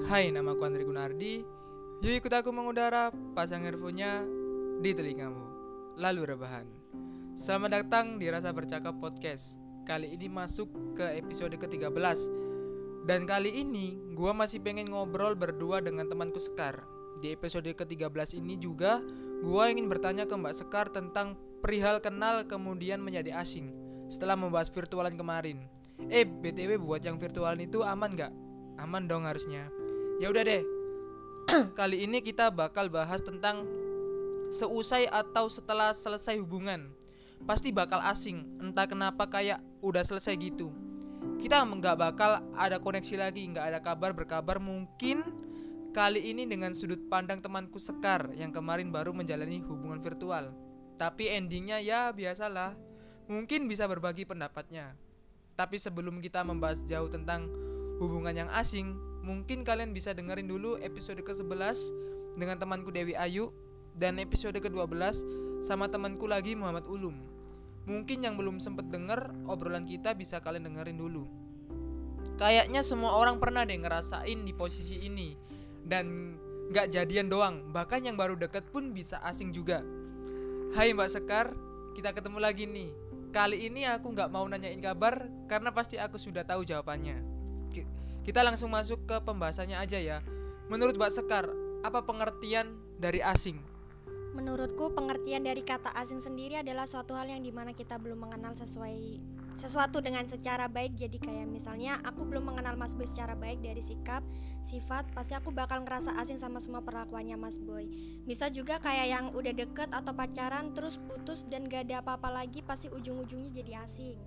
Hai, nama aku Andri Gunardi. Yuk ikut aku mengudara, pasang earphone-nya di telingamu. Lalu rebahan. Selamat datang di Rasa Bercakap Podcast. Kali ini masuk ke episode ke-13. Dan kali ini gua masih pengen ngobrol berdua dengan temanku Sekar. Di episode ke-13 ini juga gua ingin bertanya ke Mbak Sekar tentang perihal kenal kemudian menjadi asing setelah membahas virtualan kemarin. BTW buat yang virtualan itu aman gak? Aman dong harusnya. Ya udah deh. Kali ini kita bakal bahas tentang seusai atau setelah selesai hubungan. Pasti bakal asing, entah kenapa kayak udah selesai gitu. Kita nggak bakal ada koneksi lagi, nggak ada kabar berkabar. Mungkin kali ini dengan sudut pandang temanku Sekar yang kemarin baru menjalani hubungan virtual. Tapi endingnya ya biasalah. Mungkin bisa berbagi pendapatnya. Tapi sebelum kita membahas jauh tentang hubungan yang asing, mungkin kalian bisa dengerin dulu episode ke-11 dengan temanku Dewi Ayu dan episode ke-12 sama temanku lagi Muhammad Ulum. Mungkin yang belum sempet denger obrolan kita bisa kalian dengerin dulu. Kayaknya semua orang pernah deh ngerasain di posisi ini. Dan gak jadian doang, bahkan yang baru deket pun bisa asing juga. Hai Mbak Sekar, kita ketemu lagi nih. Kali ini aku gak mau nanyain kabar karena pasti aku sudah tahu jawabannya. Kita langsung masuk ke pembahasannya aja ya. Menurut Mbak Sekar, apa pengertian dari asing? Menurutku pengertian dari kata asing sendiri adalah suatu hal yang dimana kita belum mengenal sesuatu dengan secara baik. Jadi kayak misalnya aku belum mengenal Mas Boy secara baik dari sikap, sifat, pasti aku bakal ngerasa asing sama semua perlakuannya Mas Boy. Bisa juga kayak yang udah deket atau pacaran terus putus dan gak ada apa-apa lagi, pasti ujung-ujungnya jadi asing.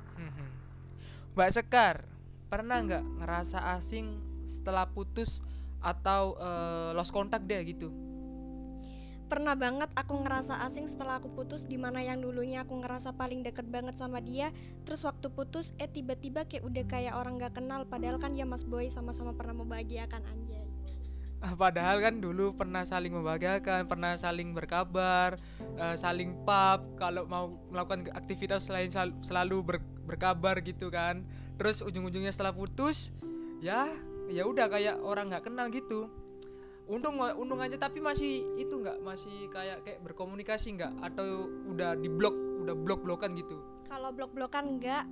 Mbak Sekar, pernah gak ngerasa asing setelah putus atau lost contact deh gitu? Pernah banget aku ngerasa asing setelah aku putus, dimana yang dulunya aku ngerasa paling deket banget sama dia, terus waktu putus tiba-tiba kayak udah kayak orang gak kenal. Padahal kan ya Mas Boy sama-sama pernah membahagiakan, anjay. Padahal kan dulu pernah saling membahagiakan, pernah saling berkabar, saling pub, kalau mau melakukan aktivitas lain selalu berkabar gitu kan. Terus ujung-ujungnya setelah putus, ya udah kayak orang nggak kenal gitu. Untung aja, tapi masih itu nggak, masih kayak berkomunikasi nggak, atau udah di blok-blokan gitu. Kalau blok-blokan nggak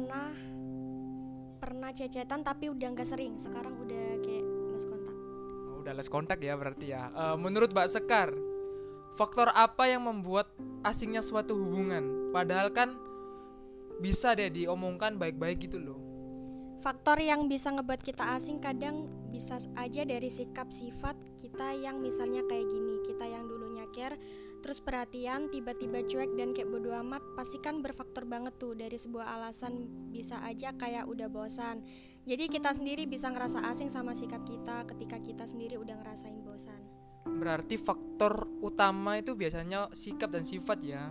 pernah cecetan, tapi udah nggak sering. Sekarang udah kayak lost kontak. Udah less kontak ya berarti ya. Menurut Mbak Sekar, faktor apa yang membuat asingnya suatu hubungan? Padahal kan bisa deh diomongkan baik-baik gitu loh. Faktor yang bisa ngebuat kita asing kadang bisa aja dari sikap sifat kita yang misalnya kayak gini. Kita yang dulunya care, terus perhatian, tiba-tiba cuek dan kayak bodo amat, pasti kan berfaktor banget tuh dari sebuah alasan. Bisa aja kayak udah bosan. Jadi kita sendiri bisa ngerasa asing sama sikap kita ketika kita sendiri udah ngerasain bosan. Berarti faktor utama itu biasanya sikap dan sifat ya.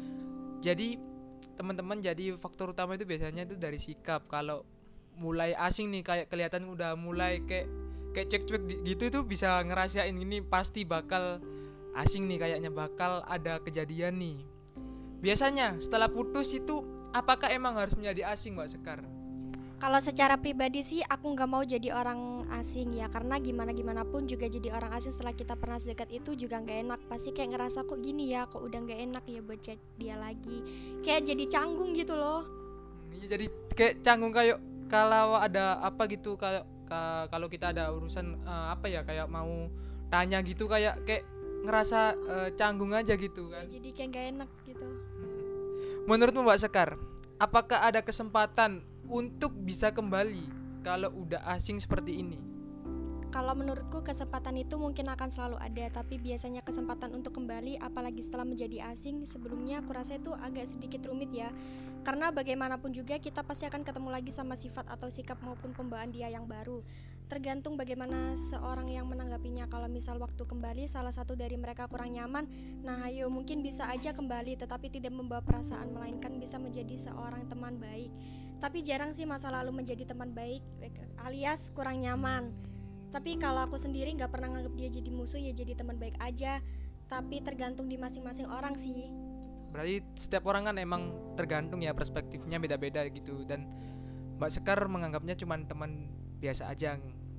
Jadi teman-teman, jadi faktor utama itu biasanya itu dari sikap. Kalau mulai asing nih, kayak kelihatan udah mulai kayak cek-cek gitu, itu bisa ngerasain ini pasti bakal asing nih, kayaknya bakal ada kejadian nih. Biasanya setelah putus itu apakah emang harus menjadi asing Mbak Sekar? Kalau secara pribadi sih aku gak mau jadi orang asing ya, karena gimana pun juga jadi orang asing setelah kita pernah sedekat itu juga gak enak. Pasti kayak ngerasa kok gini ya, kok udah gak enak ya buat chat dia lagi. Kayak jadi canggung gitu loh. Jadi kayak canggung, kayak kalau ada apa gitu, kalau kita ada urusan apa ya, kayak mau tanya gitu, kayak ngerasa canggung aja gitu kan. Ya, jadi kayak gak enak gitu. Menurutmu Mbak Sekar, apakah ada kesempatan untuk bisa kembali kalau udah asing seperti ini? Kalau menurutku kesempatan itu mungkin akan selalu ada, tapi biasanya kesempatan untuk kembali apalagi setelah menjadi asing sebelumnya aku rasa itu agak sedikit rumit ya. Karena bagaimanapun juga kita pasti akan ketemu lagi sama sifat atau sikap maupun pembawaan dia yang baru. Tergantung bagaimana seorang yang menanggapinya. Kalau misal waktu kembali salah satu dari mereka kurang nyaman, nah ayo mungkin bisa aja kembali, tetapi tidak membawa perasaan, melainkan bisa menjadi seorang teman baik. Tapi jarang sih masa lalu menjadi teman baik alias kurang nyaman. Tapi kalau aku sendiri gak pernah nganggap dia jadi musuh, ya jadi teman baik aja. Tapi tergantung di masing-masing orang sih. Berarti setiap orang kan emang tergantung ya, perspektifnya beda-beda gitu. Dan Mbak Sekar menganggapnya cuma teman biasa aja,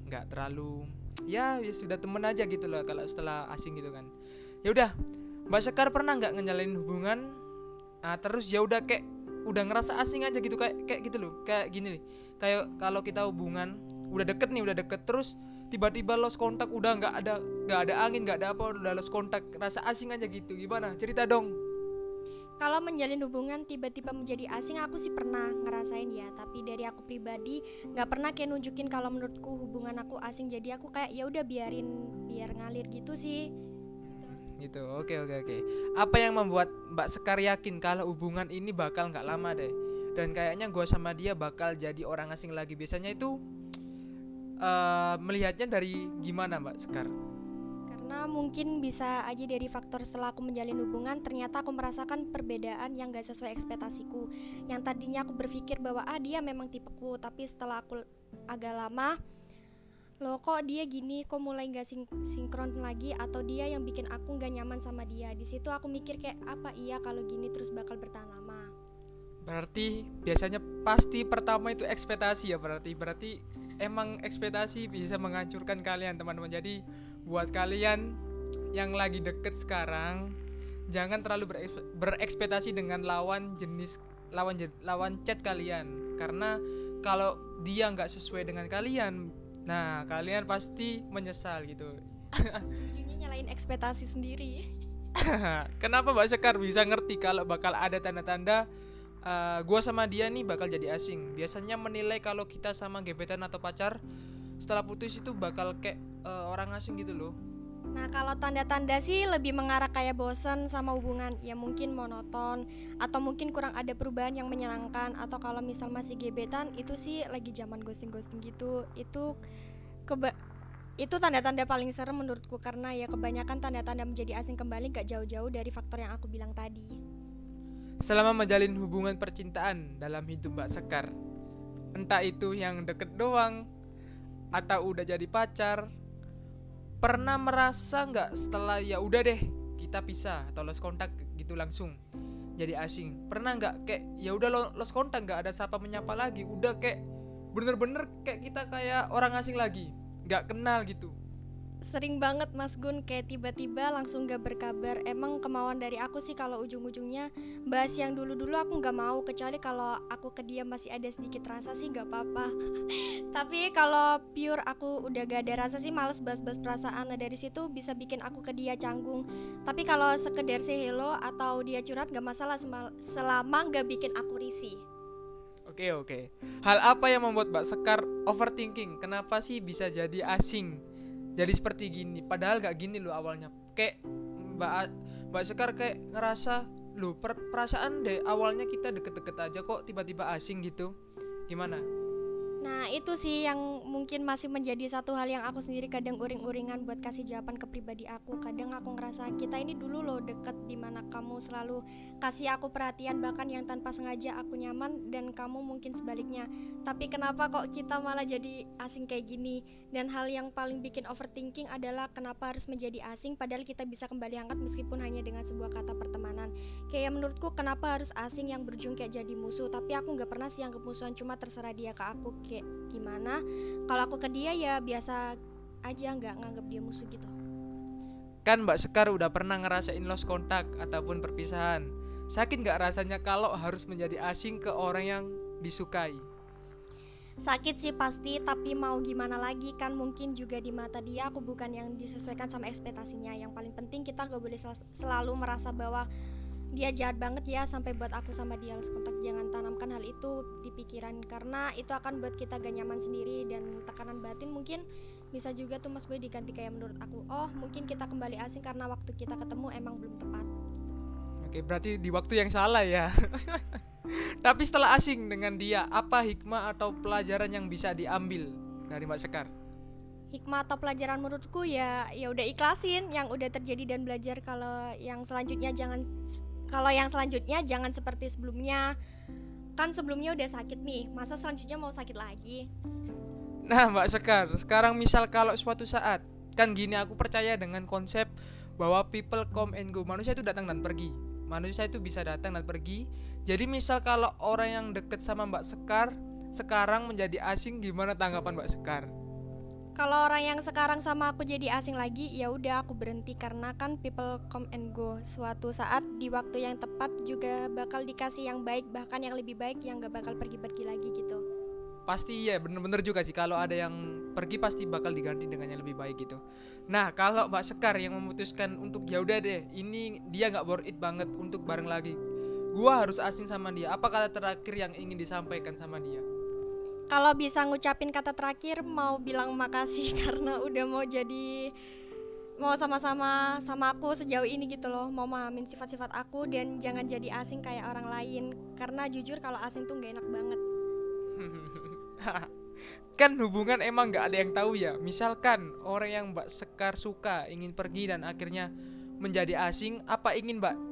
nggak terlalu, ya sudah temen aja gitu loh kalau setelah asing gitu kan. Ya udah, Mbak Sekar pernah nggak ngejalin hubungan, terus ya udah kayak udah ngerasa asing aja gitu, kayak gitu loh, kayak gini nih, kayak kalau kita hubungan udah deket terus tiba-tiba lost kontak, udah nggak ada angin, nggak ada apa, udah lost kontak, rasa asing aja gitu. Gimana, cerita dong. Kalau menjalin hubungan tiba-tiba menjadi asing, aku sih pernah ngerasain ya. Tapi dari aku pribadi nggak pernah kayak nunjukin kalau menurutku hubungan aku asing. Jadi aku kayak ya udah biar ngalir gitu sih. Gitu. Oke. Apa yang membuat Mbak Sekar yakin kalau hubungan ini bakal nggak lama deh, dan kayaknya gue sama dia bakal jadi orang asing lagi? Biasanya itu melihatnya dari gimana, Mbak Sekar? Karena mungkin bisa aja dari faktor setelah aku menjalin hubungan, ternyata aku merasakan perbedaan yang gak sesuai ekspektasiku. Yang tadinya aku berpikir bahwa dia memang tipeku, tapi setelah aku agak lama, loh kok dia gini, kok mulai gak sinkron lagi, atau dia yang bikin aku gak nyaman sama dia. Di situ aku mikir kayak, apa iya kalau gini terus bakal bertahan lama? Berarti biasanya pasti pertama itu ekspektasi ya, berarti emang ekspektasi bisa menghancurkan kalian, teman-teman. Jadi buat kalian yang lagi deket sekarang, jangan terlalu berekspektasi dengan lawan chat kalian, karena kalau dia nggak sesuai dengan kalian, nah kalian pasti menyesal gitu. Ujungnya nyalain ekspektasi sendiri. Kenapa Mbak Sekar bisa ngerti kalau bakal ada tanda-tanda gue sama dia nih bakal jadi asing? Biasanya menilai kalau kita sama gebetan atau pacar setelah putus itu bakal kayak orang asing gitu loh. Nah, kalau tanda-tanda sih lebih mengarah kayak bosen sama hubungan, ya mungkin monoton, atau mungkin kurang ada perubahan yang menyenangkan. Atau kalau misal masih gebetan, itu sih lagi zaman ghosting gitu. Itu tanda-tanda paling serem menurutku, karena ya kebanyakan tanda-tanda menjadi asing kembali gak jauh-jauh dari faktor yang aku bilang tadi. Selama menjalin hubungan percintaan dalam hidup Mbak Sekar, entah itu yang deket doang atau udah jadi pacar, pernah merasa nggak setelah ya udah deh kita pisah atau lost kontak gitu langsung jadi asing? Pernah nggak kayak ya udah lost kontak, nggak ada sapa menyapa lagi, udah kayak bener-bener kayak kita kayak orang asing lagi, nggak kenal gitu? Sering banget Mas Gun, kayak tiba-tiba langsung gak berkabar. Emang kemauan dari aku sih kalau ujung-ujungnya bahas yang dulu-dulu aku gak mau, kecuali kalau aku ke dia masih ada sedikit rasa sih gak apa-apa. Tapi kalau pure aku udah gak ada rasa sih males bahas-bahas perasaan. Nah dari situ bisa bikin aku ke dia canggung. Tapi kalau sekedar say hello atau dia curhat gak masalah selama gak bikin aku risih. Oke. Hal apa yang membuat Mbak Sekar overthinking? Kenapa sih bisa jadi asing? Jadi seperti gini, padahal gak gini loh awalnya. Kayak Mbak Sekar kayak ngerasa, loh perasaan deh awalnya kita deket-deket aja kok tiba-tiba asing gitu. Gimana? Nah itu sih yang mungkin masih menjadi satu hal yang aku sendiri kadang uring-uringan buat kasih jawaban ke pribadi aku. Kadang aku ngerasa kita ini dulu loh deket, dimana kamu selalu kasih aku perhatian, bahkan yang tanpa sengaja aku nyaman, dan kamu mungkin sebaliknya. Tapi kenapa kok kita malah jadi asing kayak gini? Dan hal yang paling bikin overthinking adalah kenapa harus menjadi asing padahal kita bisa kembali hangat meskipun hanya dengan sebuah kata pertemanan. Kayak menurutku kenapa harus asing yang berujung kayak jadi musuh? Tapi aku gak pernah sih yang kemusuhan, cuma terserah dia ke aku kayak gimana. Kalau aku ke dia ya biasa aja, nggak nganggap dia musuh gitu. Kan Mbak Sekar udah pernah ngerasain lost kontak ataupun perpisahan. Sakit nggak rasanya kalau harus menjadi asing ke orang yang disukai? Sakit sih pasti, tapi mau gimana lagi, kan mungkin juga di mata dia aku bukan yang disesuaikan sama ekspektasinya. Yang paling penting kita gak boleh selalu merasa bahwa dia jahat banget ya sampai buat aku sama dia lost kontak. Jangan tanamkan hal itu di pikiran, karena itu akan buat kita gak nyaman sendiri, dan tekanan batin mungkin bisa juga tuh Mas Boy diganti kayak menurut aku, oh mungkin kita kembali asing karena waktu kita ketemu emang belum tepat. Oke, berarti di waktu yang salah ya. Tapi setelah asing dengan dia, apa hikmah atau pelajaran yang bisa diambil dari Mbak Sekar? Hikmah atau pelajaran menurutku ya udah ikhlasin yang udah terjadi dan belajar kalau yang selanjutnya jangan seperti sebelumnya. Kan sebelumnya udah sakit nih, masa selanjutnya mau sakit lagi? Nah Mbak Sekar, sekarang misal kalau suatu saat, kan gini, aku percaya dengan konsep bahwa people come and go. Manusia itu datang dan pergi. Manusia itu bisa datang dan pergi. Jadi misal kalau orang yang deket sama Mbak Sekar sekarang menjadi asing, gimana tanggapan Mbak Sekar? Kalau orang yang sekarang sama aku jadi asing lagi, ya udah aku berhenti karena kan people come and go. Suatu saat di waktu yang tepat juga bakal dikasih yang baik, bahkan yang lebih baik yang gak bakal pergi-pergi lagi gitu. Pasti iya, bener-bener juga sih, kalau ada yang pergi pasti bakal diganti dengan yang lebih baik gitu. Nah, kalau Mbak Sekar yang memutuskan untuk ya udah deh, ini dia nggak worth it banget untuk bareng lagi, gua harus asing sama dia, apa kata terakhir yang ingin disampaikan sama dia? Kalau bisa ngucapin kata terakhir, mau bilang makasih karena udah mau sama-sama sama aku sejauh ini gitu loh, mau memahamin sifat-sifat aku dan jangan jadi asing kayak orang lain. Karena jujur kalau asing tuh gak enak banget. Kan hubungan emang nggak ada yang tahu ya. Misalkan orang yang Mbak Sekar suka ingin pergi dan akhirnya menjadi asing, apa ingin Mbak?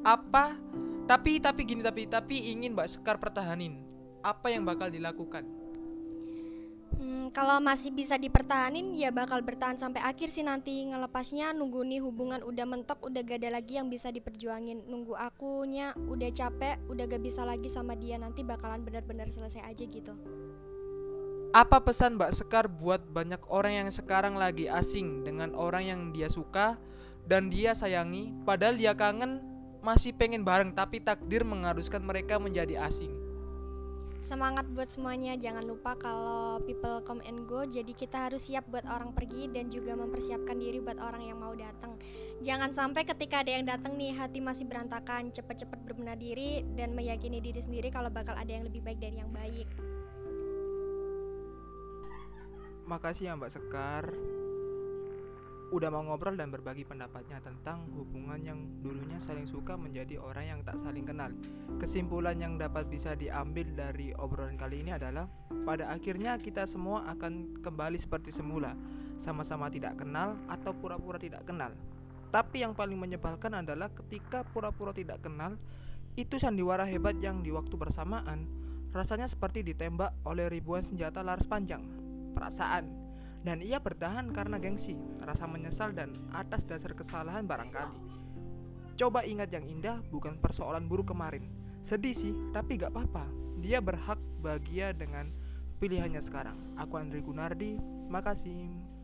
Tapi ingin Mbak Sekar pertahanin. Apa yang bakal dilakukan? Kalau masih bisa dipertahanin ya bakal bertahan sampai akhir sih nanti. Ngelepasnya nunggu nih hubungan udah mentok, udah gak ada lagi yang bisa diperjuangin. Nunggu akunya udah capek, udah gak bisa lagi sama dia, nanti bakalan benar-benar selesai aja gitu. Apa pesan Mbak Sekar buat banyak orang yang sekarang lagi asing dengan orang yang dia suka dan dia sayangi, padahal dia kangen, masih pengen bareng, tapi takdir mengharuskan mereka menjadi asing? Semangat buat semuanya, jangan lupa kalau people come and go, jadi kita harus siap buat orang pergi dan juga mempersiapkan diri buat orang yang mau datang. Jangan sampai ketika ada yang datang nih hati masih berantakan, cepet-cepet berbenah diri dan meyakini diri sendiri kalau bakal ada yang lebih baik dari yang baik. Makasih ya Mbak Sekar udah mau ngobrol dan berbagi pendapatnya tentang hubungan yang dulunya saling suka menjadi orang yang tak saling kenal. Kesimpulan yang dapat bisa diambil dari obrolan kali ini adalah pada akhirnya kita semua akan kembali seperti semula, sama-sama tidak kenal atau pura-pura tidak kenal. Tapi yang paling menyebalkan adalah ketika pura-pura tidak kenal, itu sandiwara hebat yang di waktu bersamaan rasanya seperti ditembak oleh ribuan senjata laras panjang. Perasaan. Dan ia bertahan karena gengsi, rasa menyesal dan atas dasar kesalahan barangkali. Coba ingat yang indah, bukan persoalan buruk kemarin. Sedih sih, tapi gak apa-apa. Dia berhak bahagia dengan pilihannya sekarang. Aku Andri Gunardi, makasih.